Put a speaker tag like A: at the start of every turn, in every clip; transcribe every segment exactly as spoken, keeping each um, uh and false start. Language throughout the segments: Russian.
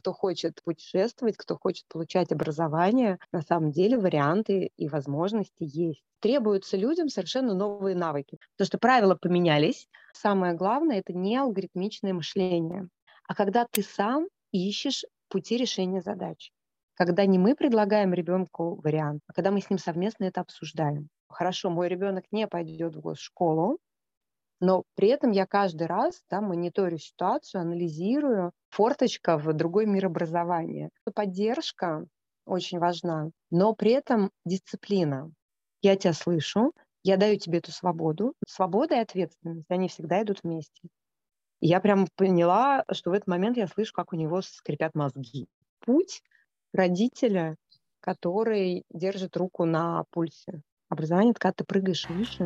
A: кто хочет путешествовать, кто хочет получать образование, на самом деле варианты и возможности есть. Требуются людям совершенно новые навыки, потому что правила поменялись. Самое главное — это не алгоритмичное мышление, а когда ты сам ищешь пути решения задач. Когда не мы предлагаем ребенку вариант, а когда мы с ним совместно это обсуждаем. Хорошо, мой ребенок не пойдет в госшколу, но при этом я каждый раз, да, мониторю ситуацию, анализирую. Форточка в другой мир образования. Поддержка очень важна, но при этом дисциплина. Я тебя слышу, я даю тебе эту свободу. Свобода и ответственность, они всегда идут вместе. И я прям поняла, что в этот момент я слышу, как у него скрипят мозги. Путь родителя, который держит руку на пульсе. Образование — это когда ты прыгаешь выше.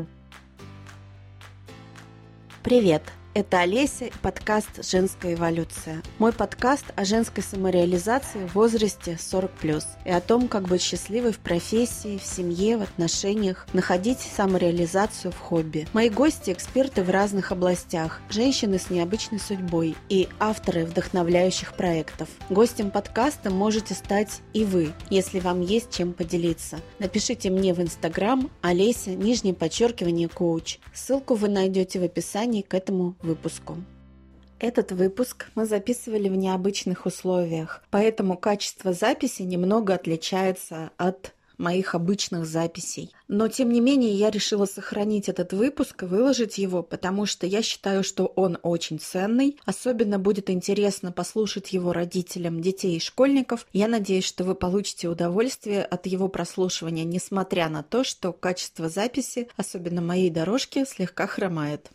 B: Привет! Это Олеся и подкаст «Женская эволюция». Мой подкаст о женской самореализации в возрасте сорок плюс и о том, как быть счастливой в профессии, в семье, в отношениях, находить самореализацию в хобби. Мои гости – эксперты в разных областях, женщины с необычной судьбой и авторы вдохновляющих проектов. Гостем подкаста можете стать и вы, если вам есть чем поделиться. Напишите мне в Инстаграм Олеся, нижнее подчеркивание, коуч. Ссылку вы найдете в описании к этому выпуску. Этот выпуск мы записывали в необычных условиях, поэтому качество записи немного отличается от моих обычных записей. Но, тем не менее, я решила сохранить этот выпуск и выложить его, потому что я считаю, что он очень ценный. Особенно будет интересно послушать его родителям детей и школьников. Я надеюсь, что вы получите удовольствие от его прослушивания, несмотря на то, что качество записи, особенно моей дорожки, слегка хромает.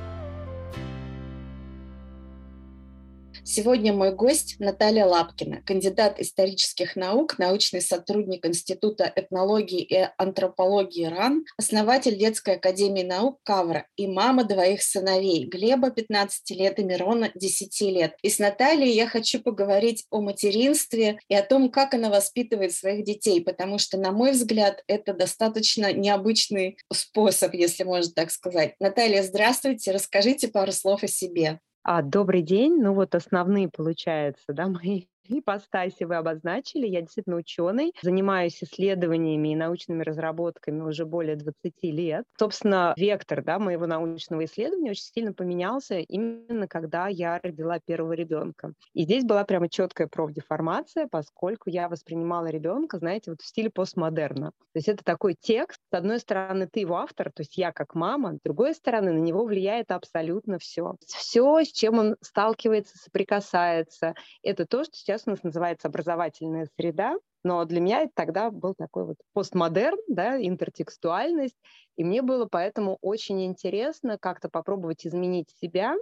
B: Сегодня мой гость Наталья Лапкина, кандидат исторических наук, научный сотрудник Института этнологии и антропологии РАН, основатель детской академии наук Кавра и мама двоих сыновей Глеба, пятнадцати лет, и Мирона, десяти лет. И с Натальей я хочу поговорить о материнстве и о том, как она воспитывает своих детей, потому что, на мой взгляд, это достаточно необычный способ, если можно так сказать. Наталья, здравствуйте, расскажите пару слов о себе.
A: А, добрый день. Ну вот основные, получается, да, мои ипостаси вы обозначили. Я действительно ученый, занимаюсь исследованиями и научными разработками уже более двадцати лет. Собственно, вектор, да, моего научного исследования очень сильно поменялся именно когда я родила первого ребенка. И здесь была прямо четкая профдеформация, поскольку я воспринимала ребенка, знаете, вот в стиле постмодерна. То есть это такой текст, с одной стороны, ты его автор, то есть я как мама, с другой стороны, на него влияет абсолютно все. Все, с чем он сталкивается, соприкасается, это то, что сейчас у нас называется образовательная среда, но для меня это тогда был такой вот постмодерн, да, интертекстуальность, и мне было поэтому очень интересно как-то попробовать изменить себя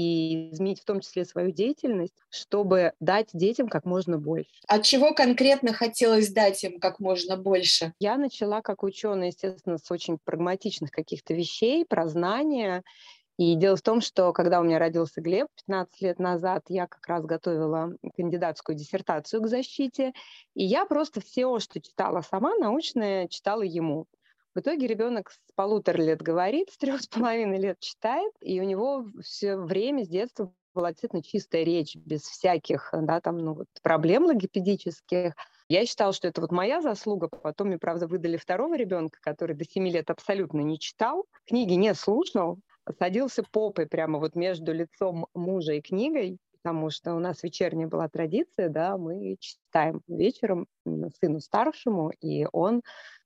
A: и изменить в том числе свою деятельность, чтобы дать детям как можно больше.
B: А чего конкретно хотелось дать им как можно больше?
A: Я начала как ученый, естественно, с очень прагматичных каких-то вещей, про знания. И дело в том, что когда у меня родился Глеб пятнадцать лет назад, я как раз готовила кандидатскую диссертацию к защите, и я просто все, что читала сама, научное, читала ему. В итоге ребенок с полутора лет говорит, с трех с половиной лет читает, и у него все время с детства была действительно чистая речь, без всяких, да, там, ну, вот, проблем логопедических. Я считала, что это вот моя заслуга. Потом мне, правда, выдали второго ребенка, который до семи лет абсолютно не читал, книги не слушал, садился попой прямо вот между лицом мужа и книгой, потому что у нас вечерняя была традиция, да, мы читаем вечером сыну старшему, и он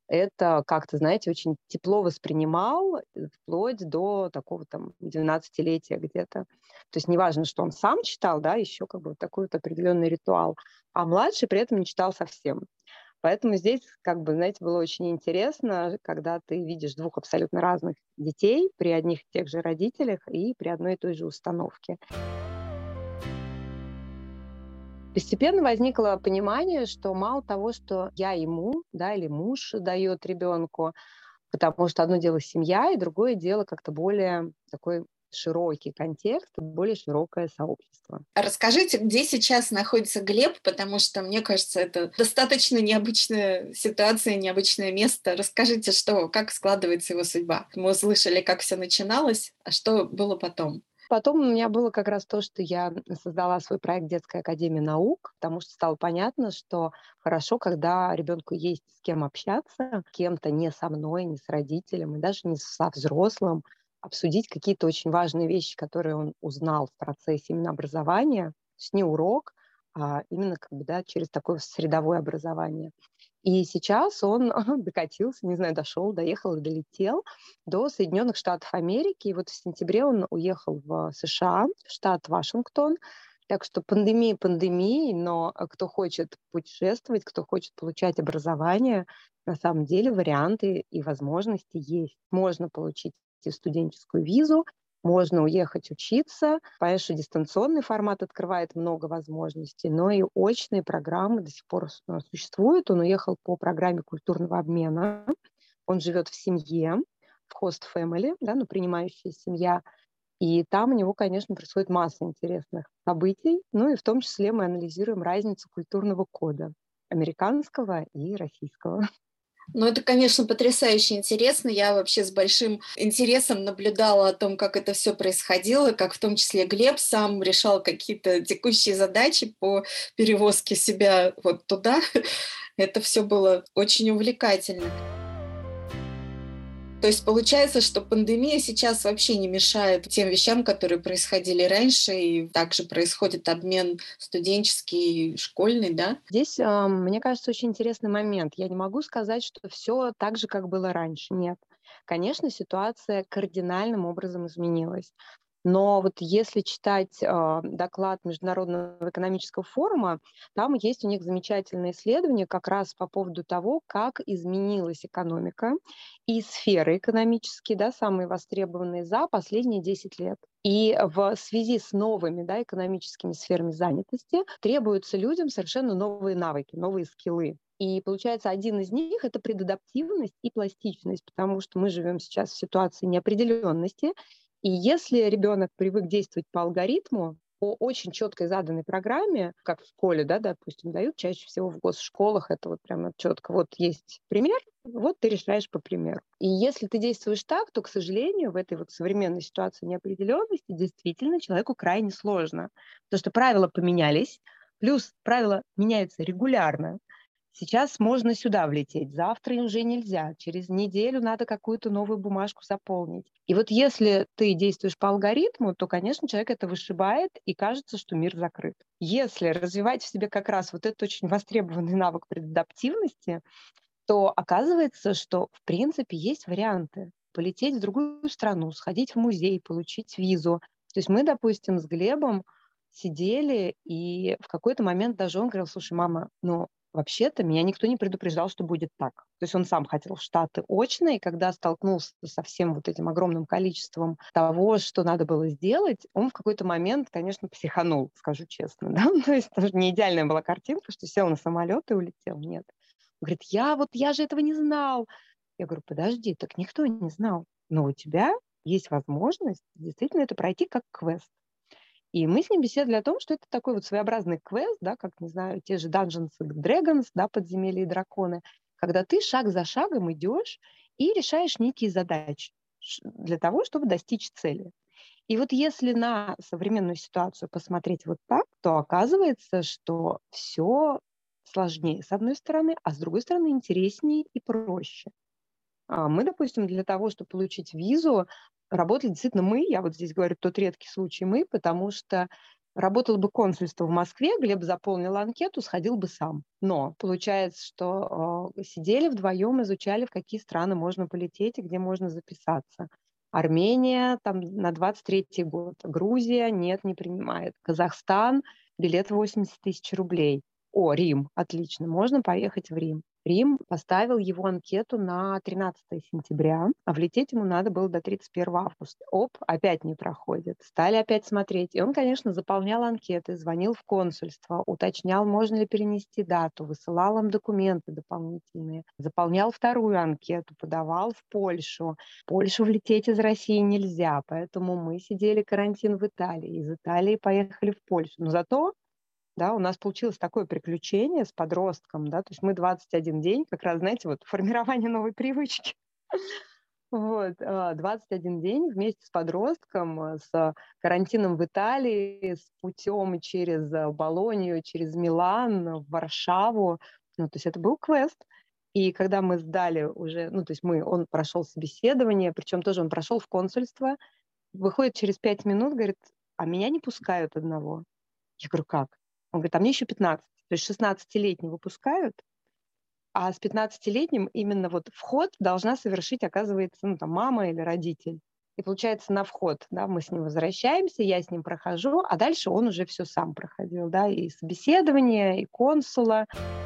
A: это как-то, знаете, очень тепло воспринимал вплоть до такого там двенадцатилетия где-то. То есть неважно, что он сам читал, да, еще как бы вот такой вот определенный ритуал, а младший при этом не читал совсем. Поэтому здесь, как бы, знаете, было очень интересно, когда ты видишь двух абсолютно разных детей при одних и тех же родителях и при одной и той же установке. Постепенно возникло понимание, что мало того, что я ему, да, или муж дает ребенку, потому что одно дело семья, и другое дело как-то более такой широкий контекст, более широкое сообщество.
B: Расскажите, где сейчас находится Глеб, потому что, мне кажется, это достаточно необычная ситуация, необычное место. Расскажите, что, как складывается его судьба. Мы услышали, как все начиналось, а что было потом?
A: Потом у меня было как раз то, что я создала свой проект «Детская академия наук», потому что стало понятно, что хорошо, когда ребенку есть с кем общаться, с кем-то не со мной, не с родителем, и даже не со взрослым, обсудить какие-то очень важные вещи, которые он узнал в процессе именно образования, то есть не урок, а именно как бы, да, через такое средовое образование. И сейчас он докатился, не знаю, дошел, доехал и долетел до Соединенных Штатов Америки. И вот в сентябре он уехал в США, в штат Вашингтон. Так что пандемия пандемией, но кто хочет путешествовать, кто хочет получать образование, на самом деле варианты и возможности есть. Можно получить студенческую визу, можно уехать учиться. Понятно, что дистанционный формат открывает много возможностей, но и очные программы до сих пор существуют. Он уехал по программе культурного обмена. Он живет в семье, в host family, да, ну, принимающая семья. И там у него, конечно, происходит масса интересных событий. Ну и в том числе мы анализируем разницу культурного кода американского и российского.
B: Ну, это, конечно, потрясающе интересно. Я вообще с большим интересом наблюдала о том, как это все происходило, как в том числе Глеб сам решал какие-то текущие задачи по перевозке себя вот туда. Это все было очень увлекательно. То есть получается, что пандемия сейчас вообще не мешает тем вещам, которые происходили раньше, и также происходит обмен студенческий, школьный, да?
A: Здесь, а, мне кажется, очень интересный момент. Я не могу сказать, что все так же, как было раньше. Нет. Конечно, ситуация кардинальным образом изменилась. Но вот если читать а, доклад Международного экономического форума, там есть у них замечательное исследование как раз по поводу того, как изменилась экономика и сферы экономические, да, самые востребованные за последние десять лет. И в связи с новыми, да, экономическими сферами занятости требуются людям совершенно новые навыки, новые скиллы. И получается, один из них — это предадаптивность и пластичность, потому что мы живем сейчас в ситуации неопределенности. И если ребенок привык действовать по алгоритму, по очень четкой заданной программе, как в школе, да, допустим, дают чаще всего в госшколах, это вот прямо четко, вот есть пример, вот ты решаешь по примеру. И если ты действуешь так, то, к сожалению, в этой вот современной ситуации неопределенности действительно человеку крайне сложно, потому что правила поменялись, плюс правила меняются регулярно. Сейчас можно сюда влететь, завтра уже нельзя, через неделю надо какую-то новую бумажку заполнить. И вот если ты действуешь по алгоритму, то, конечно, человек это вышибает, и кажется, что мир закрыт. Если развивать в себе как раз вот этот очень востребованный навык предадаптивности, то оказывается, что, в принципе, есть варианты. Полететь в другую страну, сходить в музей, получить визу. То есть мы, допустим, с Глебом сидели, и в какой-то момент даже он говорил: слушай, мама, ну, вообще-то меня никто не предупреждал, что будет так. То есть он сам хотел в Штаты очно, и когда столкнулся со всем вот этим огромным количеством того, что надо было сделать, он в какой-то момент, конечно, психанул, скажу честно. Да? То есть тоже не идеальная была картинка, что сел на самолет и улетел. Нет. Он говорит: я вот, я же этого не знал. Я говорю: подожди, так никто не знал. Но у тебя есть возможность действительно это пройти как квест. И мы с ним беседовали о том, что это такой вот своеобразный квест, да, как, не знаю, те же Dungeons and Dragons, да, подземелья и драконы, когда ты шаг за шагом идешь и решаешь некие задачи для того, чтобы достичь цели. И вот если на современную ситуацию посмотреть вот так, то оказывается, что все сложнее с одной стороны, а с другой стороны интереснее и проще. А Мы, допустим, для того, чтобы получить визу, работали действительно мы, я вот здесь говорю тот редкий случай мы, потому что работало бы консульство в Москве, Глеб заполнил анкету, сходил бы сам. Но получается, что э, сидели вдвоем, изучали, в какие страны можно полететь и где можно записаться. Армения там на двадцать третий год, Грузия нет, не принимает, Казахстан билет восемьдесят тысяч рублей. О, Рим, отлично, можно поехать в Рим. Рим поставил его анкету на тринадцатое сентября, а влететь ему надо было до тридцать первого августа. Оп, опять не проходит. Стали опять смотреть. И он, конечно, заполнял анкеты, звонил в консульство, уточнял, можно ли перенести дату, высылал им документы дополнительные, заполнял вторую анкету, подавал в Польшу. В Польшу влететь из России нельзя, поэтому мы сидели карантин в Италии. Из Италии поехали в Польшу. Но зато да, у нас получилось такое приключение с подростком, да, то есть мы двадцать один день, как раз, знаете, вот формирование новой привычки. Вот, а, двадцать один день вместе с подростком, а, с карантином в Италии, с путем через а, Болонью, через Милан, в Варшаву. Ну, то есть это был квест. И когда мы сдали уже, ну, то есть мы, он прошел собеседование, причем тоже он прошел в консульство, выходит через пять минут, говорит, а меня не пускают одного. Я говорю, как? Он говорит, а мне еще пятнадцать. То есть шестнадцатилетнего пускают, а с пятнадцатилетним именно вот вход должна совершить, оказывается, ну, там, мама или родитель. И получается, на вход, да, мы с ним возвращаемся, я с ним прохожу, а дальше он уже все сам проходил, да, и собеседование, и консула.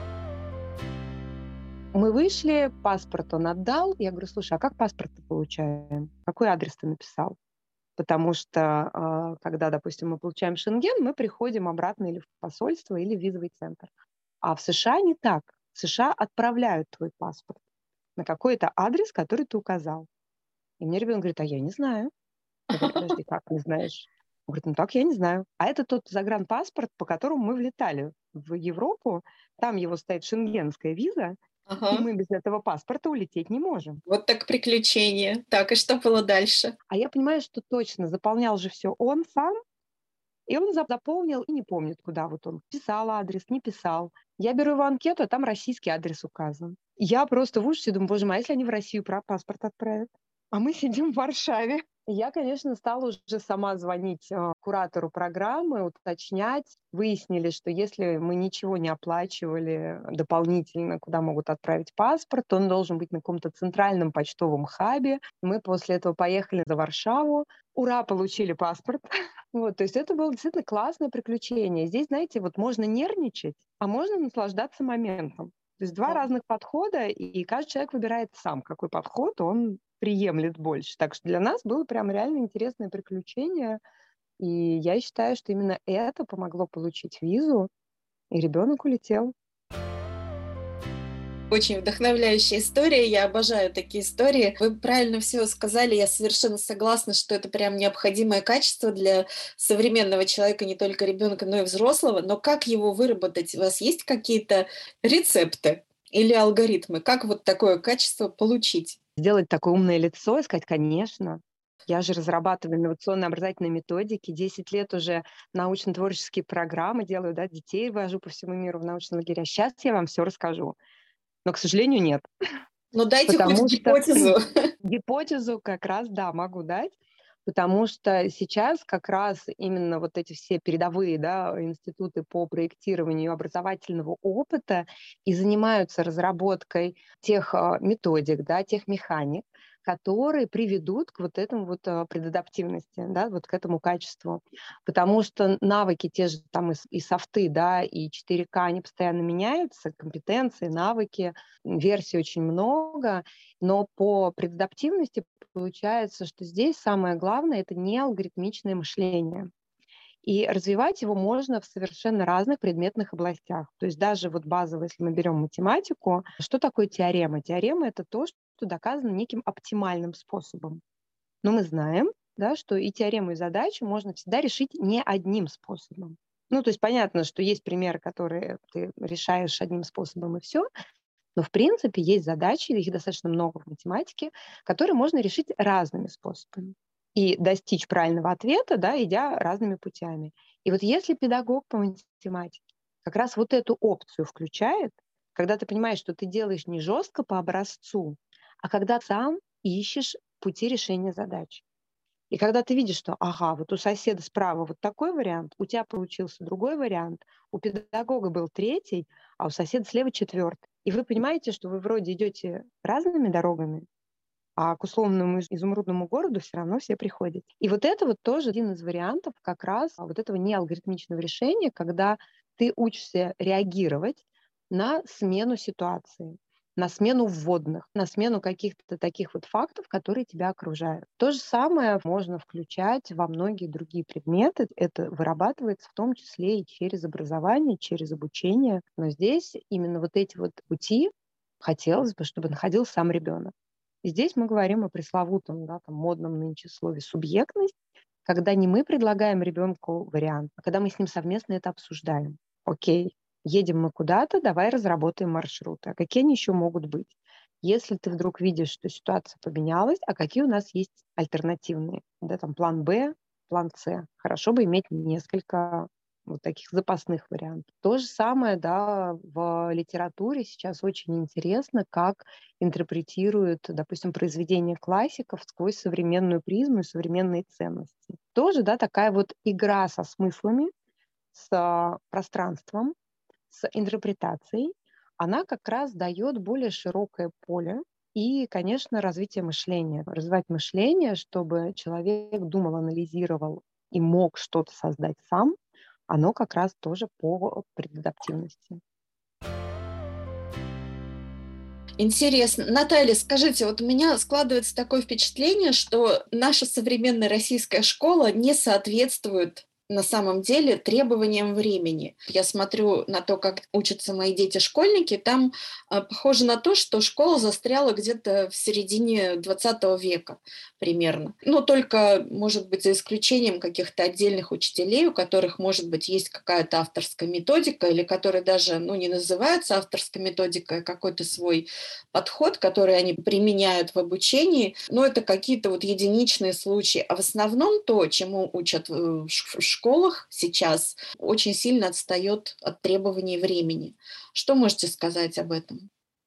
A: Мы вышли, паспорт он отдал. Я говорю, слушай, а как паспорт-то получаем? Какой адрес ты написал? Потому что, а, когда, допустим, мы получаем Шенген, мы приходим обратно или в посольство, или в визовый центр. А в США не так. В США отправляют твой паспорт на какой-то адрес, который ты указал. И мне ребенок говорит, а я не знаю. Я говорю, подожди, как не знаешь? Он говорит, ну так я не знаю. А это тот загранпаспорт, по которому мы влетали в Европу. Там его стоит шенгенская виза, и
B: Ага.
A: мы без этого паспорта улететь не можем.
B: Вот так приключение. Так, и что было дальше?
A: А я понимаю, что точно заполнял же все он сам, и он за- заполнил и не помнит, куда вот он писал адрес, не писал. Я беру его анкету, а там российский адрес указан. Я просто в ужасе думаю, боже мой, а если они в Россию про паспорт отправят? А мы сидим в Варшаве. Я, конечно, стала уже сама звонить э, куратору программы, уточнять. Выяснили, что если мы ничего не оплачивали дополнительно, куда могут отправить паспорт, то он должен быть на каком-то центральном почтовом хабе. Мы после этого поехали за Варшаву. Ура, получили паспорт. Вот, то есть это было действительно классное приключение. Здесь, знаете, вот можно нервничать, а можно наслаждаться моментом. То есть два разных подхода, и каждый человек выбирает сам, какой подход он приемлет больше. Так что для нас было прям реально интересное приключение. И я считаю, что именно это помогло получить визу, и ребенок улетел.
B: Очень вдохновляющая история. Я обожаю такие истории. Вы правильно все сказали. Я совершенно согласна, что это прям необходимое качество для современного человека, не только ребенка, но и взрослого. Но как его выработать? У вас есть какие-то рецепты или алгоритмы? Как вот такое качество получить?
A: Сделать такое умное лицо и сказать, конечно, я же разрабатываю инновационные образовательные методики, десять лет уже научно-творческие программы делаю, да, детей вожу по всему миру в научные лагеря. Сейчас я вам все расскажу. Но, к сожалению, нет.
B: Ну, дайте хоть
A: Потому что
B: гипотезу.
A: гипотезу как раз, да, могу дать, потому что сейчас как раз именно вот эти все передовые, да, институты по проектированию образовательного опыта и занимаются разработкой тех а, методик, да, тех механик, которые приведут к вот этому вот а, предадаптивности, да, вот к этому качеству. Потому что навыки те же там и, с- и софты, да, и четыре ка, они постоянно меняются, компетенции, навыки, версий очень много, но по предадаптивности получается, что здесь самое главное – это не алгоритмичное мышление. И развивать его можно в совершенно разных предметных областях. То есть даже вот базово, если мы берем математику, что такое теорема? Теорема – это то, что доказано неким оптимальным способом. Но мы знаем, да, что и теорему, и задачу можно всегда решить не одним способом. Ну, то есть понятно, что есть примеры, которые ты решаешь одним способом, и все, но, в принципе, есть задачи, их достаточно много в математике, которые можно решить разными способами и достичь правильного ответа, да, идя разными путями. И вот если педагог по математике как раз вот эту опцию включает, когда ты понимаешь, что ты делаешь не жестко по образцу, а когда сам ищешь пути решения задач. И когда ты видишь, что, ага, вот у соседа справа вот такой вариант, у тебя получился другой вариант, у педагога был третий, а у соседа слева четвертый. И вы понимаете, что вы вроде идете разными дорогами, а к условному из- изумрудному городу все равно все приходят. И вот это вот тоже один из вариантов как раз вот этого неалгоритмичного решения, когда ты учишься реагировать на смену ситуации, на смену вводных, на смену каких-то таких вот фактов, которые тебя окружают. То же самое можно включать во многие другие предметы. Это вырабатывается в том числе и через образование, через обучение. Но здесь именно вот эти вот пути хотелось бы, чтобы находил сам ребенок. И здесь мы говорим о пресловутом, да, там, модном нынче слове «субъектность», когда не мы предлагаем ребенку вариант, а когда мы с ним совместно это обсуждаем. Окей, едем мы куда-то, давай разработаем маршруты. А какие они еще могут быть? Если ты вдруг видишь, что ситуация поменялась, а какие у нас есть альтернативные, да, там план Б, план С. Хорошо бы иметь несколько вот таких запасных вариантов. То же самое, да, в литературе сейчас очень интересно, как интерпретируют, допустим, произведения классиков сквозь современную призму и современные ценности. Тоже, да, такая вот игра со смыслами, с а, пространством, с интерпретацией, она как раз дает более широкое поле и, конечно, развитие мышления. Развивать мышление, чтобы человек думал, анализировал и мог что-то создать сам, оно как раз тоже по предадаптивности.
B: Интересно. Наталья, скажите, вот у меня складывается такое впечатление, что наша современная российская школа не соответствует на самом деле требованиям времени. Я смотрю на то, как учатся мои дети-школьники, там а, похоже на то, что школа застряла где-то в середине двадцатого века примерно. Ну, только, может быть, за исключением каких-то отдельных учителей, у которых, может быть, есть какая-то авторская методика, или которая даже, ну, не называется авторской методикой, а какой-то свой подход, который они применяют в обучении, но это какие-то вот единичные случаи. А в основном то, чему учат в школах сейчас, очень сильно отстает от требований времени. Что можете сказать об этом?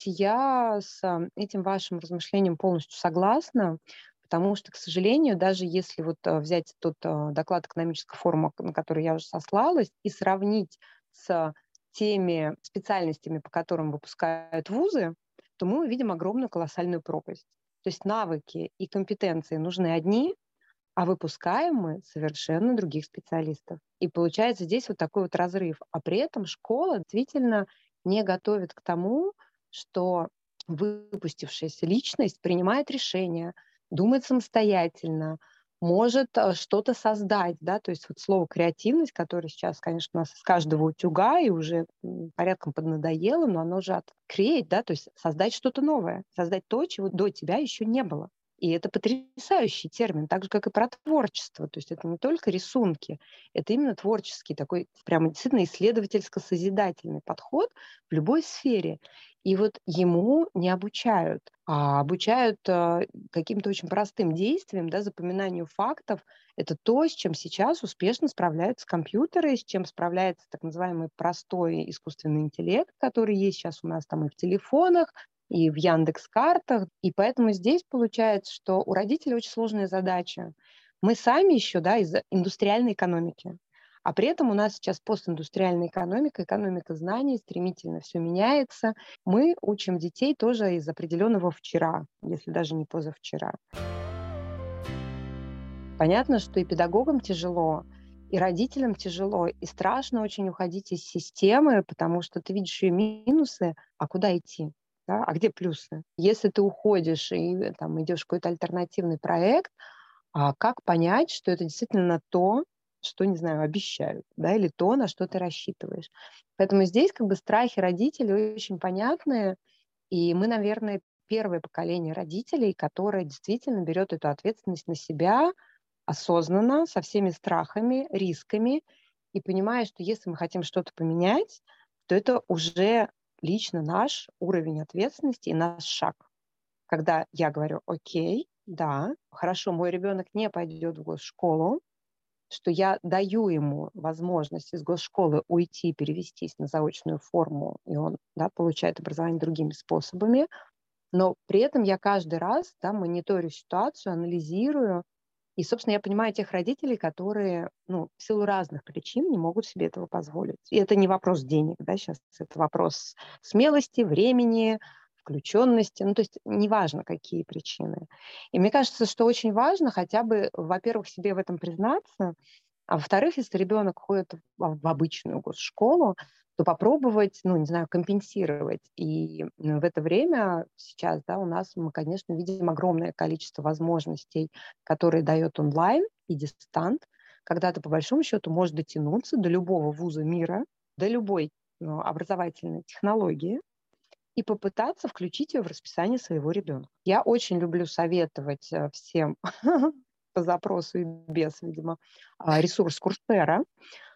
A: Я с а, этим вашим размышлением полностью согласна, потому что, к сожалению, даже если вот а, взять тот а, доклад экономического форума, на который я уже сослалась, и сравнить с теми специальностями, по которым выпускают вузы, то мы увидим огромную колоссальную пропасть. То есть навыки и компетенции нужны одни, а выпускаем мы совершенно других специалистов. И получается здесь вот такой вот разрыв. А при этом школа действительно не готовит к тому, что выпустившаяся личность принимает решения, думает самостоятельно, может а, что-то создать, да, то есть вот слово креативность, которое сейчас, конечно, у нас из каждого утюга и уже м, порядком поднадоело, но оно же от create, да, то есть создать что-то новое, создать то, чего до тебя еще не было. И это потрясающий термин, так же, как и про творчество. То есть это не только рисунки, это именно творческий такой прямо действительно исследовательско-созидательный подход в любой сфере. И вот ему не обучают, а обучают а, каким-то очень простым действиям, да, запоминанию фактов. Это то, с чем сейчас успешно справляются компьютеры, с чем справляется так называемый простой искусственный интеллект, который есть сейчас у нас там и в телефонах, и в Яндекс.Картах. И поэтому здесь получается, что у родителей очень сложная задача. Мы сами еще, да, из индустриальной экономики. А при этом у нас сейчас постиндустриальная экономика, экономика знаний, стремительно все меняется. Мы учим детей тоже из определенного вчера, если даже не позавчера. Понятно, что и педагогам тяжело, и родителям тяжело, и страшно очень уходить из системы, потому что ты видишь ее минусы, а куда идти? Да? А где плюсы? Если ты уходишь и там, идешь в какой-то альтернативный проект, а как понять, что это действительно то, что, не знаю, обещают, да, или то, на что ты рассчитываешь. Поэтому здесь как бы страхи родителей очень понятные, и мы, наверное, первое поколение родителей, которое действительно берет эту ответственность на себя осознанно, со всеми страхами, рисками, и понимая, что если мы хотим что-то поменять, то это уже лично наш уровень ответственности и наш шаг. Когда я говорю, окей, да, хорошо, мой ребенок не пойдет в госшколу, что я даю ему возможность из госшколы уйти, перевестись на заочную форму, и он, да, получает образование другими способами, но при этом я каждый раз, да, мониторю ситуацию, анализирую, и, собственно, я понимаю тех родителей, которые, ну, в силу разных причин не могут себе этого позволить. И это не вопрос денег, да, сейчас это вопрос смелости, времени, включенности, ну, то есть неважно, какие причины. И мне кажется, что очень важно хотя бы, во-первых, себе в этом признаться, а во-вторых, если ребенок ходит в в обычную госшколу, то попробовать, ну, не знаю, компенсировать. И м, в это время сейчас, да, у нас мы, конечно, видим огромное количество возможностей, которые дает онлайн и дистант, когда ты, по большому счету, можешь дотянуться до любого вуза мира, до любой ну, образовательной технологии и попытаться включить ее в расписание своего ребенка. Я очень люблю советовать э, всем по запросу и без, видимо, а, ресурс Курсера,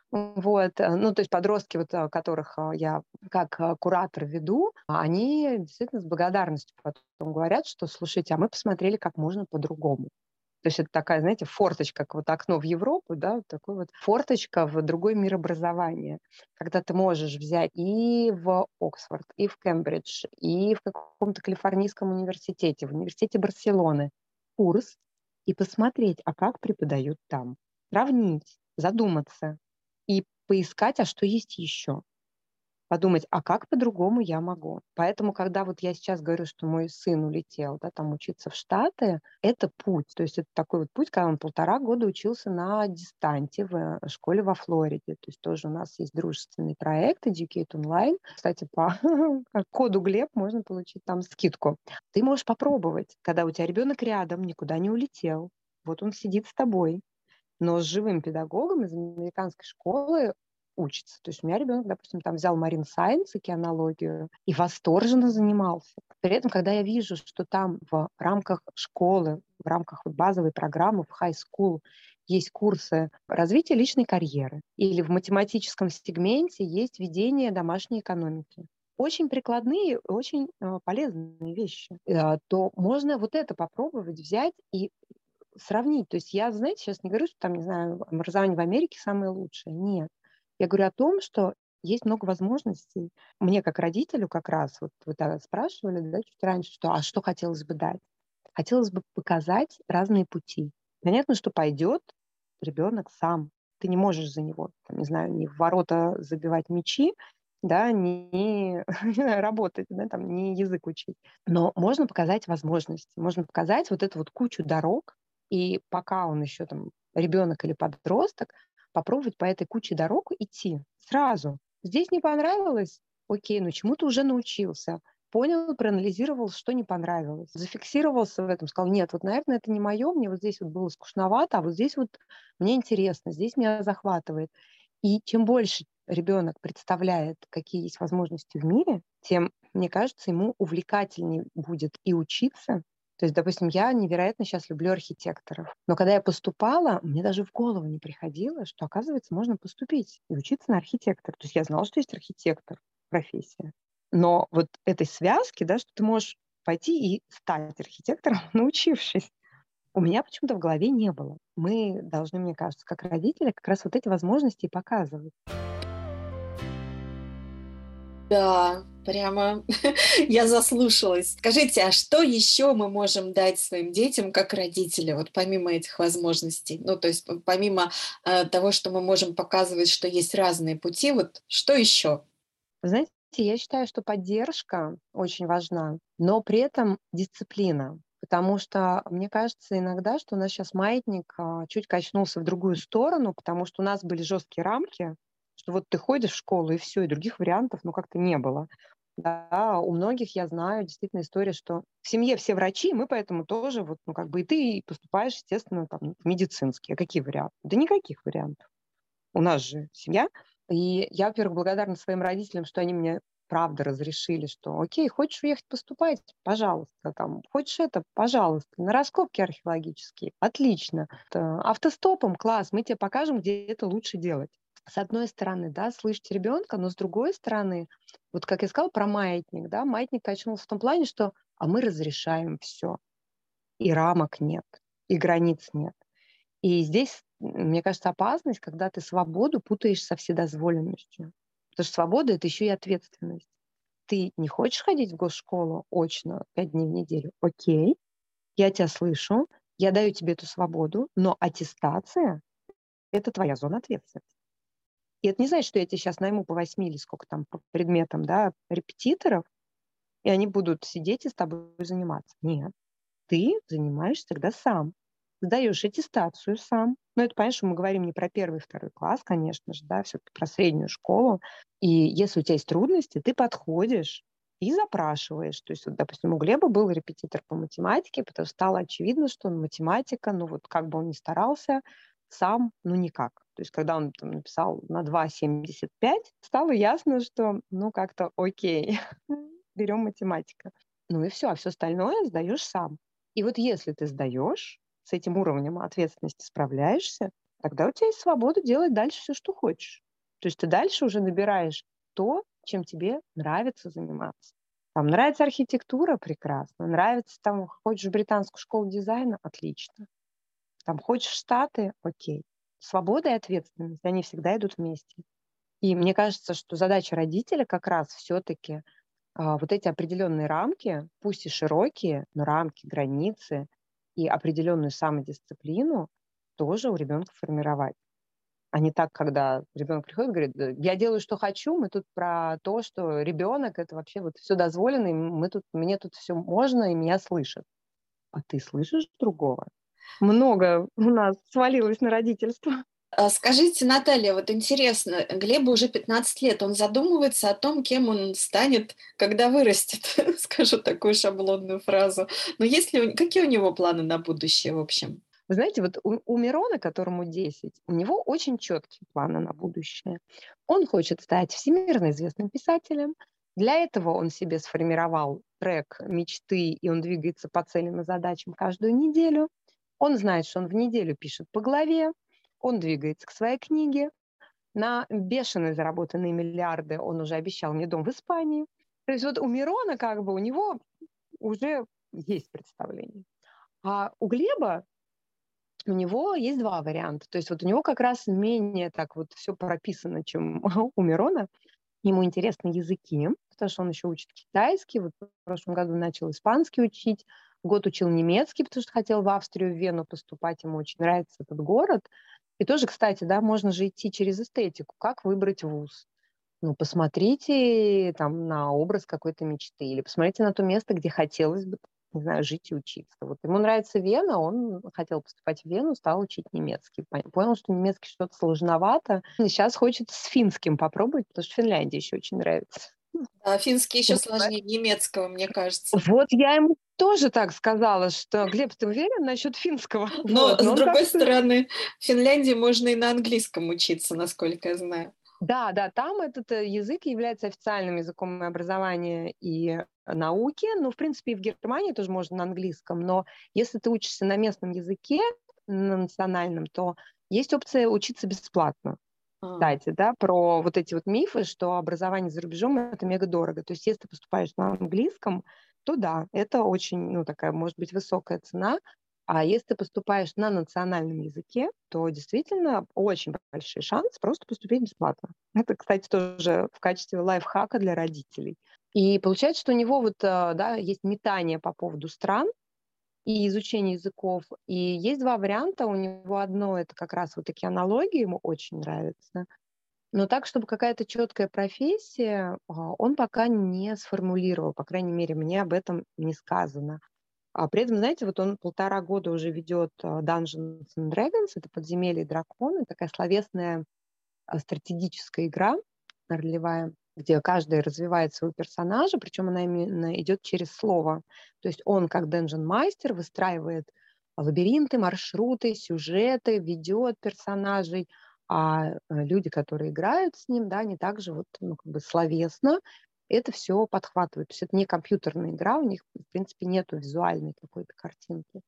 A: Вот, э, ну, то есть подростки, вот, э, которых э, я как э, куратор веду, они действительно с благодарностью потом говорят, что, слушайте, а мы посмотрели, как можно по-другому. То есть это такая, знаете, форточка, как вот окно в Европу, да, вот такой вот форточка в другой мир образования, когда ты можешь взять и в Оксфорд, и в Кембридж, и в каком-то калифорнийском университете, в университете Барселоны курс и посмотреть, а как преподают там, сравнить, задуматься и поискать, а что есть еще. Подумать, а как по-другому я могу? Поэтому, когда вот я сейчас говорю, что мой сын улетел, да, там учиться в Штаты, это путь. То есть это такой вот путь, когда он полтора года учился на дистанте в э, школе во Флориде. То есть тоже у нас есть дружественный проект Educate Online. Кстати, по коду Глеб можно получить там скидку. Ты можешь попробовать, когда у тебя ребенок рядом, никуда не улетел. Вот он сидит с тобой, но с живым педагогом из американской школы учится. То есть у меня ребенок, допустим, там взял Marine Science, океанологию, и восторженно занимался. При этом, когда я вижу, что там в рамках школы, в рамках вот базовой программы в high school есть курсы развития личной карьеры, или в математическом сегменте есть ведение домашней экономики, очень прикладные, очень э, полезные вещи, э, то можно вот это попробовать взять и сравнить. То есть я, знаете, сейчас не говорю, что там, не знаю, образование в Америке самое лучшее. Нет. Я говорю о том, что есть много возможностей. Мне как родителю как раз, вот вы тогда спрашивали, да, чуть раньше, что, а что хотелось бы дать? Хотелось бы показать разные пути. Понятно, что пойдет ребенок сам. Ты не можешь за него, там, не знаю, ни в ворота забивать мячи, да, ни не знаю, работать, да, там, ни язык учить. Но можно показать возможности, можно показать вот эту вот кучу дорог, и пока он еще там ребенок или подросток, попробовать по этой куче дорог идти сразу. Здесь не понравилось? Окей, ну чему ты уже научился? Понял, проанализировал, что не понравилось. Зафиксировался в этом, сказал, нет, вот, наверное, это не мое, мне вот здесь вот было скучновато, а вот здесь вот мне интересно, здесь меня захватывает. И чем больше ребенок представляет, какие есть возможности в мире, тем, мне кажется, ему увлекательнее будет и учиться. То есть, допустим, я невероятно сейчас люблю архитекторов. Но когда я поступала, мне даже в голову не приходило, что, оказывается, можно поступить и учиться на архитектора. То есть я знала, что есть архитектор, профессия. Но вот этой связки, да, что ты можешь пойти и стать архитектором, научившись, у меня почему-то в голове не было. Мы должны, мне кажется, как родители, как раз вот эти возможности и показывать.
B: Да, прямо я заслушалась. Скажите, а что еще мы можем дать своим детям как родители, вот помимо этих возможностей? Ну, то есть п- помимо э, того, что мы можем показывать, что есть разные пути, вот что еще?
A: Вы знаете, я считаю, что поддержка очень важна, но при этом дисциплина. Потому что мне кажется иногда, что у нас сейчас маятник а, чуть качнулся в другую сторону, потому что у нас были жесткие рамки, что вот ты ходишь в школу и все, и других вариантов ну как-то не было. Да, у многих я знаю действительно история, что в семье все врачи, мы поэтому тоже вот, ну как бы и ты поступаешь, естественно, там, в медицинский. А какие варианты? Да никаких вариантов. У нас же семья. И я, во-первых, благодарна своим родителям, что они мне правда разрешили, что окей, хочешь уехать поступать, пожалуйста, там, хочешь это, пожалуйста, на раскопки археологические, отлично. Т- Автостопом, класс, мы тебе покажем, где это лучше делать. С одной стороны, да, слышите ребенка, но с другой стороны, вот как я сказала про маятник, да, маятник качнулся в том плане, что а мы разрешаем все, и рамок нет, и границ нет. И здесь, м, мне кажется, опасность, когда ты свободу путаешь со вседозволенностью. Потому что свобода — это еще и ответственность. Ты не хочешь ходить в госшколу очно пять дней в неделю? Окей, я тебя слышу, я даю тебе эту свободу, но аттестация — это твоя зона ответственности. И это не значит, что я тебе сейчас найму по восьми или сколько там по предметам, да, репетиторов, и они будут сидеть и с тобой заниматься. Нет, ты занимаешься тогда сам. Сдаешь аттестацию сам. Ну, это, понятно, что мы говорим не про первый, второй класс, конечно же, да, все-таки про среднюю школу. И если у тебя есть трудности, ты подходишь и запрашиваешь. То есть, вот, допустим, у Глеба был репетитор по математике, потому что стало очевидно, что он математика, ну вот как бы он ни старался, сам, ну никак. То есть, когда он там, написал на два семьдесят пять, стало ясно, что, ну, как-то окей, берем математика. Ну и все, а все остальное сдаешь сам. И вот если ты сдаешь, с этим уровнем ответственности справляешься, тогда у тебя есть свобода делать дальше все, что хочешь. То есть ты дальше уже набираешь то, чем тебе нравится заниматься. Там нравится архитектура — прекрасно. Нравится, там, хочешь в британскую школу дизайна — отлично. Там хочешь в Штаты — окей. Свобода и ответственность, они всегда идут вместе. И мне кажется, что задача родителя как раз все-таки а, вот эти определенные рамки, пусть и широкие, но рамки, границы и определенную самодисциплину тоже у ребенка формировать. А не так, когда ребенок приходит и говорит: «Да, я делаю, что хочу». Мы тут про то, что ребенок — это вообще вот все дозволено, и мы тут, мне тут все можно, и меня слышат. А ты слышишь другого? Много у нас свалилось на родительство.
B: А скажите, Наталья, вот интересно, Глебу уже пятнадцать лет, он задумывается о том, кем он станет, когда вырастет, скажу такую шаблонную фразу. Но есть ли у- какие у него планы на будущее, в общем?
A: Вы знаете, вот у, у Мирона, которому десять, у него очень четкие планы на будущее. Он хочет стать всемирно известным писателем. Для этого он себе сформировал трек мечты, и он двигается по целям и задачам каждую неделю. Он знает, что он в неделю пишет по главе, он двигается к своей книге. На бешеные заработанные миллиарды он уже обещал мне дом в Испании. То есть вот у Мирона как бы у него уже есть представление. А у Глеба у него есть два варианта. То есть вот у него как раз менее так вот все прописано, чем у Мирона. Ему интересны языки, потому что он еще учит китайский. Вот в прошлом году начал испанский учить, год учил немецкий, потому что хотел в Австрию, в Вену поступать. Ему очень нравится этот город. И тоже, кстати, да, можно же идти через эстетику. Как выбрать вуз? Ну, посмотрите там на образ какой-то мечты или посмотрите на то место, где хотелось бы, не знаю, жить и учиться. Вот ему нравится Вена, он хотел поступать в Вену, стал учить немецкий. Пон- Понял, что немецкий что-то сложновато. И сейчас хочет с финским попробовать, потому что Финляндия еще очень нравится.
B: А финский еще
A: Вот
B: сложнее немецкого, мне кажется.
A: вот я ему тоже так сказала, что, Глеб, ты уверен насчет финского?
B: Но,
A: Вот,
B: с
A: но он
B: другой
A: как-то...
B: стороны, в Финляндии можно и на английском учиться, насколько я знаю.
A: Да, да, там этот э, язык является официальным языком образования и науки. Ну, в принципе, и в Германии тоже можно на английском, но если ты учишься на местном языке, на национальном, то есть опция учиться бесплатно.
B: А.
A: Кстати, да, про вот эти вот мифы, что образование за рубежом — это мега дорого. То есть если ты поступаешь на английском, то да, это очень, ну, такая, может быть, высокая цена. А если ты поступаешь на национальном языке, то действительно очень большой шанс просто поступить бесплатно. Это, кстати, тоже в качестве лайфхака для родителей. И получается, что у него вот, а, да, есть метание по поводу стран и изучение языков. И есть два варианта. У него одно — это как раз вот такие аналогии, ему очень нравится. Но так, чтобы какая-то четкая профессия, а, он пока не сформулировал, по крайней мере, мне об этом не сказано. А при этом, знаете, вот он полтора года уже ведет а, Dungeons and Dragons, это «Подземелье и драконы», такая словесная а, стратегическая игра ролевая, где каждый развивает своего персонажа, причем она именно идет через слово. То есть он, как dungeon-мастер, выстраивает лабиринты, маршруты, сюжеты, ведет персонажей, а э, люди, которые играют с ним, да, они также вот, ну, как бы словесно это все подхватывают. То есть это не компьютерная игра, у них, в принципе, нету визуальной какой-то картинки.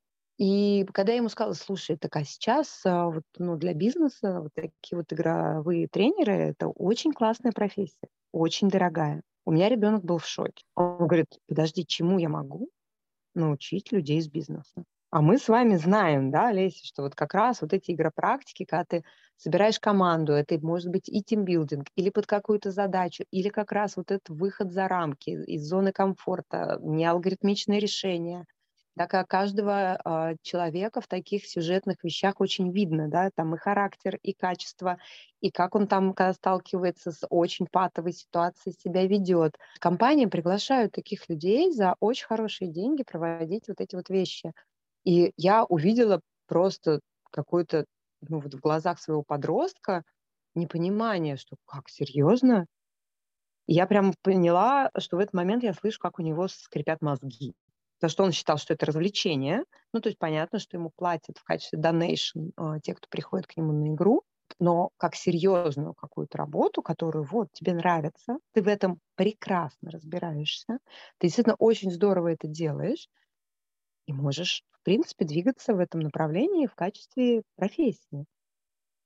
A: И когда я ему сказала: слушай, так а сейчас а, вот, ну, для бизнеса вот такие вот игровые тренеры — это очень классная профессия, очень дорогая. У меня ребенок был в шоке. Он говорит: подожди, чему я могу научить людей из бизнеса? А мы с вами знаем, да, Леся, что вот как раз вот эти игропрактики, когда ты собираешь команду, это может быть и тимбилдинг, или под какую-то задачу, или как раз вот этот выход за рамки, из зоны комфорта, не алгоритмичное решение. Так как каждого а, человека в таких сюжетных вещах очень видно, да, там и характер, и качество, и как он там, когда сталкивается с очень патовой ситуацией, себя ведет. Компании приглашают таких людей за очень хорошие деньги проводить вот эти вот вещи. И я увидела просто какое-то, ну, вот в глазах своего подростка непонимание, что как, серьезно? И я прям поняла, что в этот момент я слышу, как у него скрипят мозги. Потому что он считал, что это развлечение. Ну, то есть понятно, что ему платят в качестве donation э, те, кто приходит к нему на игру. Но как серьезную какую-то работу, которую вот тебе нравится, ты в этом прекрасно разбираешься, ты действительно очень здорово это делаешь и можешь, в принципе, двигаться в этом направлении в качестве профессии.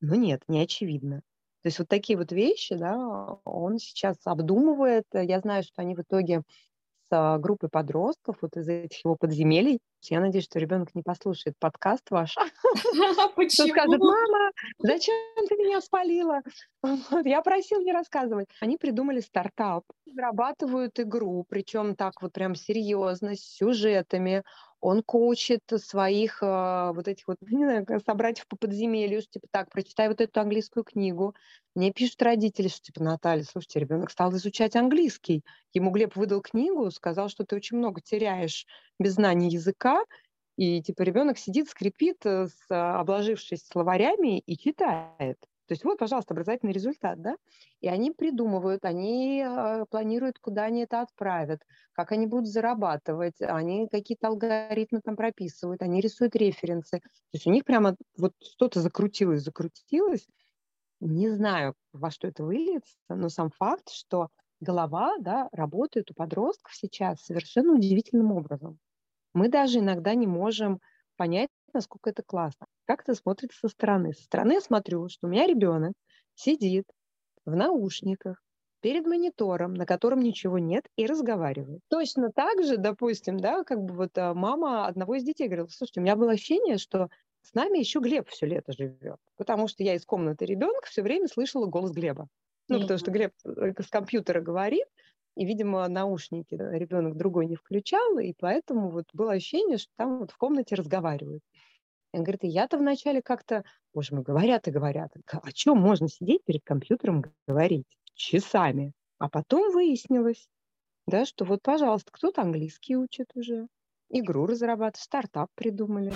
A: Но нет, не очевидно. То есть вот такие вот вещи, да, он сейчас обдумывает. Я знаю, что они в итоге с а, группой подростков вот из этих его подземелий. Я надеюсь, что ребенок не послушает подкаст ваш, кто скажет:
B: Почему?
A: «Мама, зачем ты меня спалила? Вот, я просил не рассказывать». Они придумали стартап, разрабатывают игру, причем так вот прям серьезно, с сюжетами. Он коучит своих а, вот этих вот, не знаю, как собратьев по подземелью, что типа так, прочитай вот эту английскую книгу. Мне пишут родители, что типа: «Наталья, слушайте, ребенок стал изучать английский». Ему Глеб выдал книгу, сказал, что ты очень много теряешь без знания языка, и типа ребенок сидит, скрипит, э, с, а, обложившись словарями и читает. То есть вот, пожалуйста, образовательный результат, да? И они придумывают, они а, планируют, куда они это отправят, как они будут зарабатывать, они какие-то алгоритмы там прописывают, они рисуют референсы. То есть у них прямо вот что-то закрутилось, закрутилось. Не знаю, во что это выльется, но сам факт, что голова, да, работает у подростков сейчас совершенно удивительным образом. Мы даже иногда не можем понять, насколько это классно. Как это смотрится со стороны? Со стороны я смотрю, что у меня ребенок сидит в наушниках перед монитором, на котором ничего нет, и разговаривает. Точно так же, допустим, да, как бы вот а, мама одного из детей говорила: «Слушайте, у меня было ощущение, что с нами еще Глеб все лето живет, потому что я из комнаты ребенка все время слышала голос Глеба». Ну, потому что
B: Мгм.
A: Глеб э, с компьютера говорит, и, видимо, наушники да, ребенок другой не включал, и поэтому вот было ощущение, что там вот в комнате разговаривают. И он говорит: «И я-то вначале как-то, боже мой, говорят и говорят. Ка- О чем можно сидеть перед компьютером г- говорить часами?» А потом выяснилось, да, что вот, пожалуйста, кто-то английский учит уже, игру разрабатывает, стартап придумали.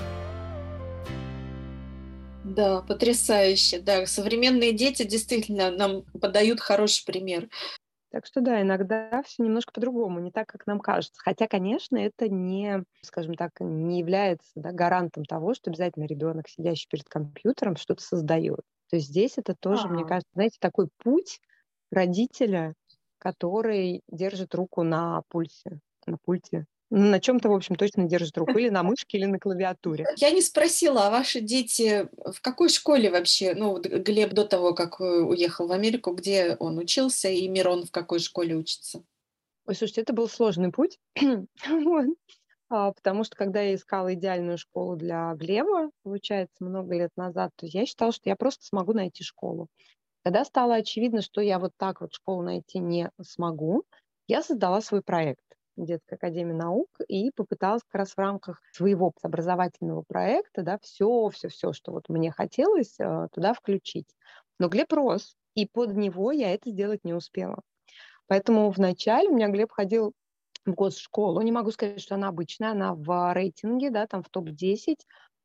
B: Да, потрясающе. Да, современные дети действительно нам подают хороший пример.
A: Так что да, иногда все немножко по-другому, не так, как нам кажется. Хотя, конечно, это не, скажем так, не является, да, гарантом того, что обязательно ребенок, сидящий перед компьютером, что-то создает. То есть здесь это тоже, мне
B: А.
A: кажется, знаете, такой путь родителя, который держит руку на пульсе, на пульте. Ну, на чем-то, в общем, точно держит руку. Или на мышке, или на клавиатуре.
B: Я не спросила, а ваши дети в какой школе вообще? Ну, вот Глеб до того, как, э, уехал в Америку, где он учился, и Мирон в какой школе учится?
A: Ой, слушайте, это был сложный путь. Вот. А, потому что когда я искала идеальную школу для Глеба, получается, много лет назад, то я считала, что я просто смогу найти школу. Когда стало очевидно, что я вот так вот школу найти не смогу, я создала свой проект Детской академии наук и попыталась как раз в рамках своего образовательного проекта, да, все, все, все, что вот мне хотелось, э, туда включить. Но Глеб рос, и под него я это сделать не успела. Поэтому вначале у меня Глеб ходил в госшколу. Не могу сказать, что она обычная, она в рейтинге, да, там в топ десять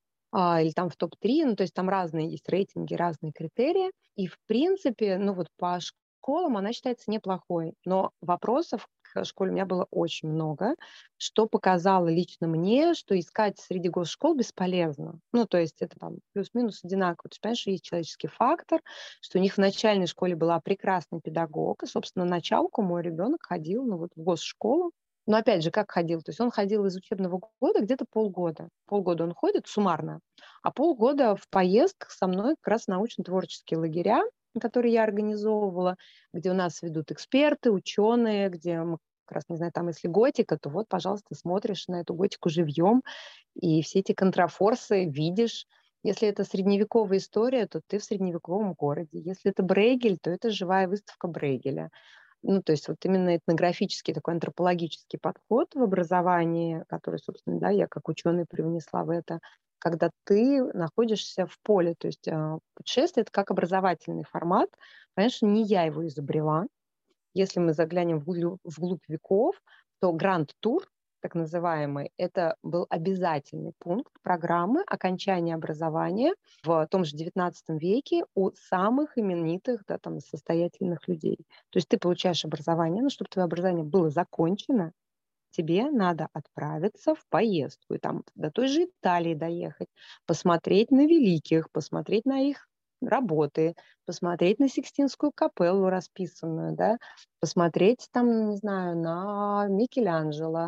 A: а, или там в топ три, ну, то есть там разные есть рейтинги, разные критерии. И, в принципе, ну, вот по школам она считается неплохой. Но вопросов к школе у меня было очень много, что показало лично мне, что искать среди госшкол бесполезно. Ну, то есть это там плюс-минус одинаково. Ты же понимаешь, что есть человеческий фактор, что у них в начальной школе была прекрасный педагог, и, собственно, началку мой ребенок ходил, ну, вот в госшколу. Но опять же, как ходил? То есть он ходил из учебного года где-то полгода. Полгода он ходит суммарно, а полгода в поездках со мной как раз научно-творческие лагеря, которые я организовывала, где у нас ведут эксперты, ученые, где мы как раз, не знаю, там если готика, то вот, пожалуйста, смотришь на эту готику живьем, и все эти контрафорсы видишь. Если это средневековая история, то ты в средневековом городе. Если это Брейгель, то это живая выставка Брейгеля. Ну, то есть вот именно этнографический такой антропологический подход в образовании, который, собственно, да, я как ученый привнесла в это, когда ты находишься в поле, то есть а, путешествие — это как образовательный формат. Конечно, не я его изобрела. Если мы заглянем вглубь, вглубь веков, то гранд-тур, так называемый, это был обязательный пункт программы окончания образования в том же девятнадцатом веке у самых именитых, да, там, состоятельных людей. То есть ты получаешь образование, но чтобы твое образование было закончено, тебе надо отправиться в поездку, и там до той же Италии доехать, посмотреть на великих, посмотреть на их работы, посмотреть на Сикстинскую капеллу расписанную, да, посмотреть там, не знаю, на Микеланджело,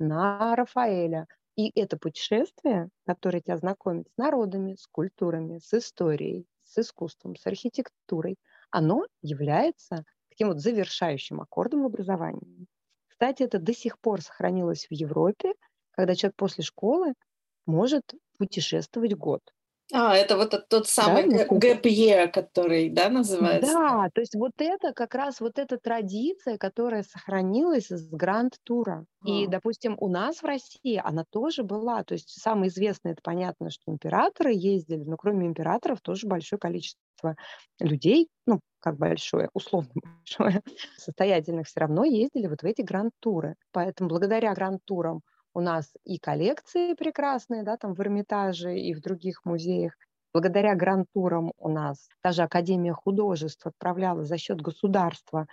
A: на Рафаэля. И это путешествие, которое тебя знакомит с народами, с культурами, с историей, с искусством, с архитектурой, оно является таким вот завершающим аккордом в образовании. Кстати, это до сих пор сохранилось в Европе, когда человек после школы может путешествовать год.
C: А, это вот тот, тот
A: Да,
C: самый гэ-
A: насколько?
C: gap year, который, да, называется?
A: Да, то есть вот это как раз вот эта традиция, которая сохранилась с гранд-тура. И,
C: А.
A: допустим, у нас в России она тоже была. То есть самое известное, это понятно, что императоры ездили, но кроме императоров тоже большое количество людей, ну, как большое, условно большое, состоятельных все равно ездили вот в эти гранд-туры. Поэтому благодаря гранд-турам у нас и коллекции прекрасные, да, там в Эрмитаже и в других музеях. Благодаря гранд-турам у нас даже Академия художеств отправляла за счет государства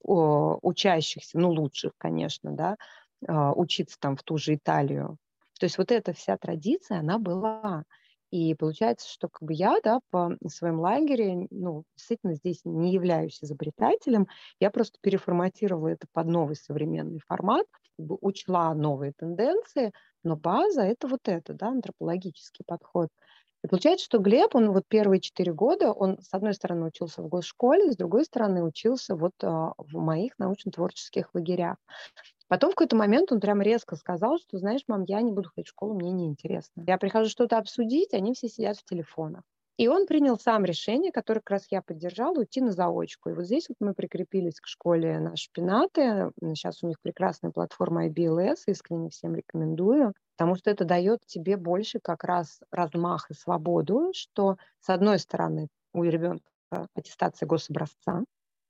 A: о, учащихся, ну, лучших, конечно, да, а, учиться там в ту же Италию. То есть вот эта вся традиция, она была. И получается, что как бы я, да, по своем лагере, ну, действительно здесь не являюсь изобретателем, я просто переформатировала это под новый современный формат, как бы учла новые тенденции, но база — это вот это, да, антропологический подход. И получается, что Глеб, он вот первые четыре года, он, с одной стороны, учился в госшколе, с другой стороны, учился вот а, в моих научно-творческих лагерях. Потом в какой-то момент он прям резко сказал, что, знаешь, мам, я не буду ходить в школу, мне неинтересно. Я прихожу что-то обсудить, они все сидят в телефонах. И он принял сам решение, которое как раз я поддержала, уйти на заочку. И вот здесь вот мы прикрепились к школе «Наши пенаты». Сейчас у них прекрасная платформа ай би эл эс, искренне всем рекомендую, потому что это дает тебе больше как раз размах и свободу, что, с одной стороны, у ребенка аттестация гособразца,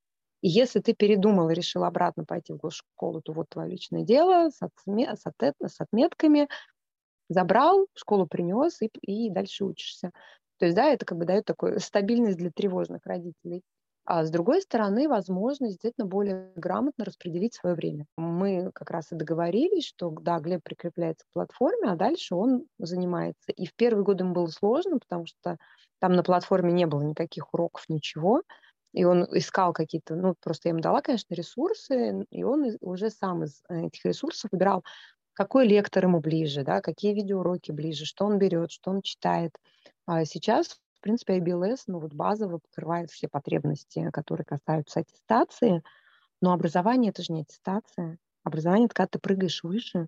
A: и если ты передумал и решил обратно пойти в госшколу, то вот твое личное дело с, отме- с, отет- с отметками, забрал, в школу принес и, и дальше учишься. То есть, да, это как бы дает такую стабильность для тревожных родителей. А с другой стороны, возможность действительно более грамотно распределить свое время. Мы как раз и договорились, что, да, Глеб прикрепляется к платформе, а дальше он занимается. И в первые годы ему было сложно, потому что там на платформе не было никаких уроков, ничего. И он искал какие-то, ну, просто я ему дала, конечно, ресурсы, и он из- уже сам из э, этих ресурсов выбирал, какой лектор ему ближе, да, какие видеоуроки ближе, что он берет, что он читает. А сейчас, в принципе, ай би эл эс, ну, вот базово покрывает все потребности, которые касаются аттестации, но образование — это же не аттестация. Образование — это когда ты прыгаешь выше,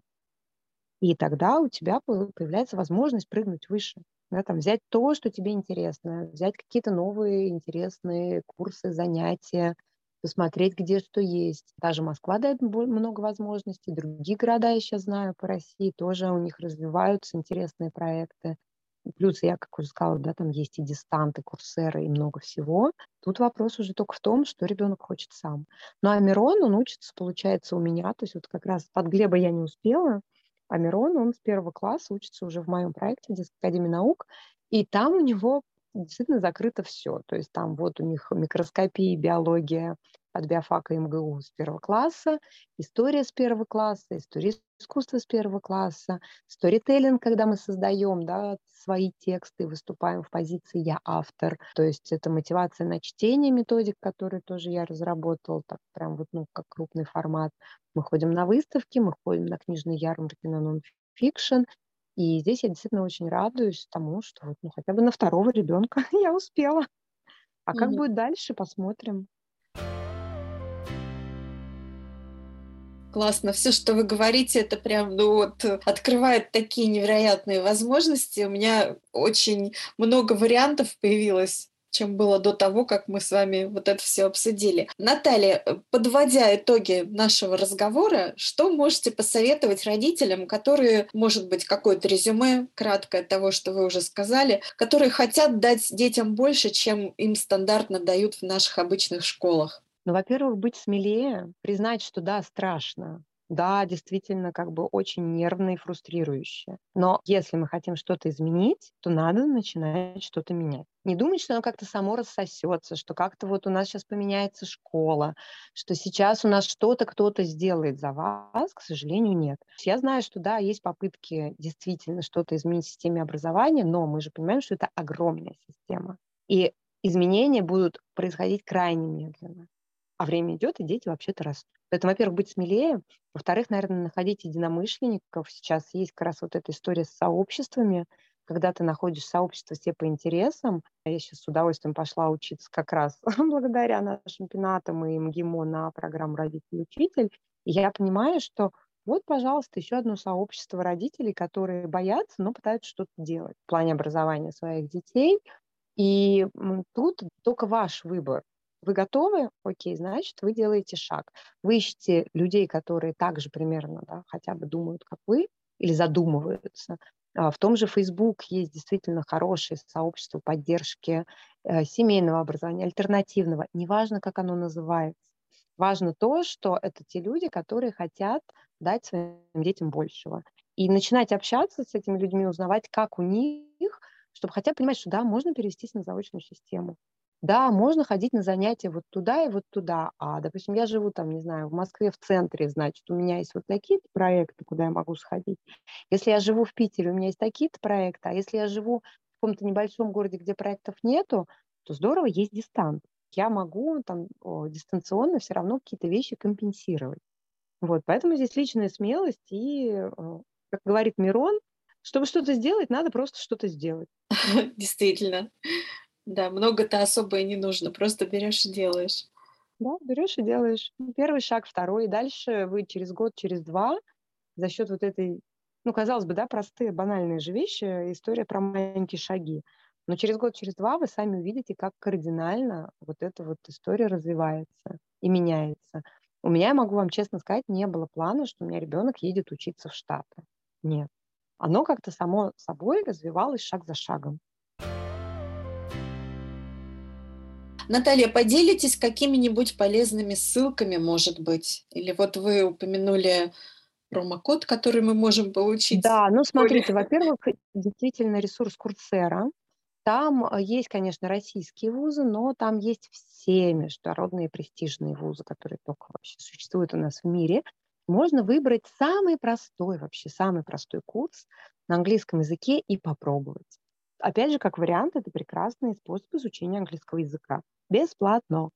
A: и тогда у тебя по- появляется возможность прыгнуть выше. Да, там, взять то, что тебе интересно, взять какие-то новые интересные курсы, занятия, посмотреть, где что есть. Даже Москва дает бо- много возможностей, другие города, я сейчас знаю, по России тоже у них развиваются интересные проекты. Плюс, я, как уже сказала, да, там есть и дистанты, курсеры, и много всего. Тут вопрос уже только в том, что ребенок хочет сам. Ну, а Мирон, он учится, получается, у меня. То есть вот как раз под Глеба я не успела, а Мирон, он с первого класса учится уже в моем проекте в Детской академии наук, и там у него действительно закрыто все. То есть там вот у них микроскопия, биология от биофака эм гэ у с первого класса, история с первого класса, история искусства с первого класса, сторителлинг, когда мы создаем, да, свои тексты, выступаем в позиции «я автор». То есть это мотивация на чтение, методик, которые тоже я разработала, так прям вот, ну, как крупный формат. Мы ходим на выставки, мы ходим на книжные ярмарки, на нон-фикшн. И здесь я действительно очень радуюсь тому, что вот, ну, хотя бы на второго ребенка я успела. А как
C: Мгм.
A: будет дальше, посмотрим.
C: Классно. Все, что вы говорите, это прям, ну вот, э, открывает такие невероятные возможности. У меня очень много вариантов появилось, чем было до того, как мы с вами вот это все обсудили. Наталья, э, подводя итоги нашего разговора, что можете посоветовать родителям, которые, может быть, какое-то резюме краткое того, что вы уже сказали, которые хотят дать детям больше, чем им стандартно дают в наших обычных школах?
A: Ну, во-первых, быть смелее, признать, что да, страшно. Да, действительно, как бы очень нервно и фрустрирующе. Но если мы хотим что-то изменить, то надо начинать что-то менять. Не думать, что оно как-то само рассосется, что как-то вот у нас сейчас поменяется школа, что сейчас у нас что-то кто-то сделает за вас, к сожалению, нет. Я знаю, что да, есть попытки действительно что-то изменить в системе образования, но мы же понимаем, что это огромная система. И изменения будут происходить крайне медленно. А время идет, и дети вообще-то растут. Поэтому, во-первых, быть смелее. Во-вторых, наверное, находить единомышленников. Сейчас есть как раз вот эта история с сообществами. когда ты находишь сообщество себе по интересам. Я сейчас с удовольствием пошла учиться как раз благодаря нашим пенатам и МГИМО на программу «Родитель-учитель». И я понимаю, что вот, пожалуйста, еще одно сообщество родителей, которые боятся, но пытаются что-то делать в плане образования своих детей. И тут только ваш выбор. Вы готовы? Окей, значит, вы делаете шаг. Вы ищете людей, которые также примерно, да, хотя бы думают, как вы, или задумываются. В том же Facebook есть действительно хорошее сообщество поддержки семейного образования, альтернативного. Неважно, как оно называется. Важно то, что это те люди, которые хотят дать своим детям большего. И начинать общаться с этими людьми, узнавать, как у них, чтобы хотя бы понимать, что да, можно перевестись на заочную систему. Да, можно ходить на занятия вот туда и вот туда. А, допустим, я живу там, не знаю, в Москве в центре, значит, у меня есть вот такие-то проекты, куда я могу сходить. Если я живу в Питере, у меня есть такие-то проекты. А если я живу в каком-то небольшом городе, где проектов нету, то здорово, есть дистант. Я могу там о, дистанционно все равно какие-то вещи компенсировать. Вот, поэтому здесь личная смелость и, как говорит Мирон, чтобы что-то сделать, надо просто что-то сделать.
C: Действительно. Да, много-то особо и не нужно, просто берешь и делаешь.
A: Да, берешь и делаешь. Первый шаг, второй. И дальше вы через год, через два за счет вот этой, ну, казалось бы, да, простые, банальные же вещи, история про маленькие шаги. Но через год, через два вы сами увидите, как кардинально вот эта вот история развивается и меняется. У меня, я могу вам честно сказать, не было плана, что у меня ребенок едет учиться в Штаты. Нет. Оно как-то само собой развивалось шаг за шагом.
C: Наталья, поделитесь какими-нибудь полезными ссылками, может быть? Или вот вы упомянули промокод, который мы можем получить?
A: Да, ну смотрите, во-первых, действительно ресурс Курсера. Там есть, конечно, российские вузы, но там есть все международные престижные вузы, которые только вообще существуют у нас в мире. Можно выбрать самый простой, вообще самый простой курс на английском языке и попробовать. Опять же, как вариант, это прекрасный способ изучения английского языка. Бесплатно.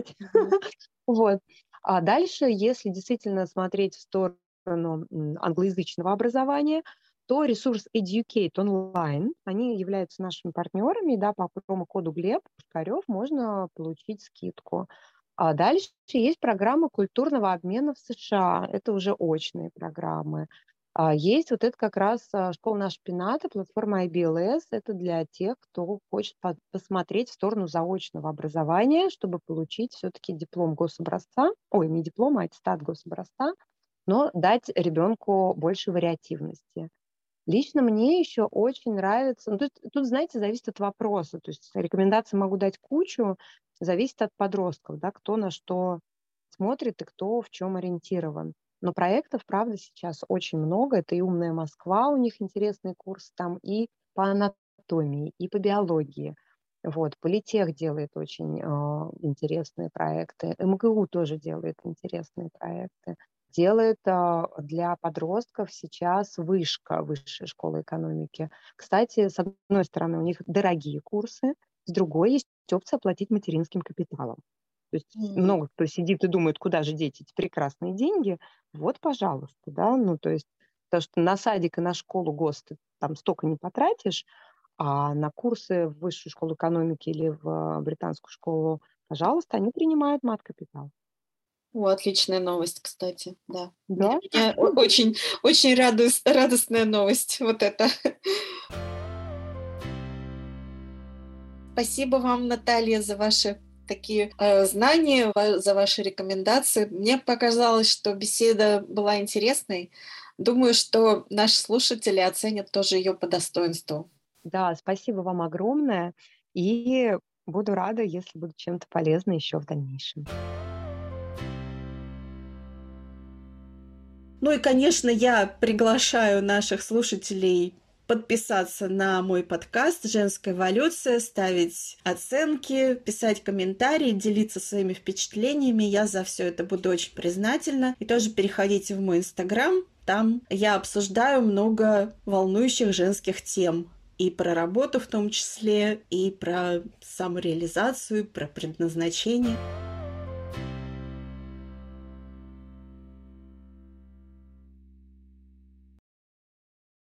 A: Вот. А дальше, если действительно смотреть в сторону англоязычного образования, то ресурс Educate Online, они являются нашими партнерами, да, по промокоду Глеб Пушкарев можно получить скидку. А дальше есть программа культурного обмена в США, это уже очные программы. А есть вот это как раз школа «Наша пената», платформа ай би эл эс, это для тех, кто хочет посмотреть в сторону заочного образования, чтобы получить все-таки диплом гособразца, ой, не диплом, а аттестат гособразца, но дать ребенку больше вариативности. Лично мне еще очень нравится, ну, тут, тут, знаете, зависит от вопроса, то есть рекомендации могу дать кучу, зависит от подростков, да, кто на что смотрит и кто в чем ориентирован. Но проектов, правда, сейчас очень много, это и «Умная Москва», у них интересный курс там, и по анатомии, и по биологии. Вот, Политех делает очень э, интересные проекты, эм гэ у тоже делает интересные проекты. Делает а, для подростков сейчас вышка, высшая школа экономики. Кстати, с одной стороны, у них дорогие курсы, с другой есть опция оплатить материнским капиталом. То есть mm-hmm. много кто сидит и думает, куда же деть эти прекрасные деньги. Вот, пожалуйста, да, ну, то есть, потому что на садик и на школу ГОС ты там столько не потратишь, а на курсы в высшую школу экономики или в британскую школу, пожалуйста, они принимают мат-капитал.
C: О, отличная новость, кстати, да.
A: Да?
C: Для меня очень, очень радост, радостная новость, вот это. Спасибо вам, Наталья, за ваши такие э, знания, за ваши рекомендации. Мне показалось, что беседа была интересной. Думаю, что наши слушатели оценят тоже ее по достоинству.
A: Да, спасибо вам огромное. И буду рада, если буду чем-то полезна еще в дальнейшем.
B: Ну и, конечно, я приглашаю наших слушателей подписаться на мой подкаст «Женская эволюция», ставить оценки, писать комментарии, делиться своими впечатлениями. Я за все это буду очень признательна. И тоже переходите в мой инстаграм. Там я обсуждаю много волнующих женских тем. И про работу в том числе, и про самореализацию, про предназначение.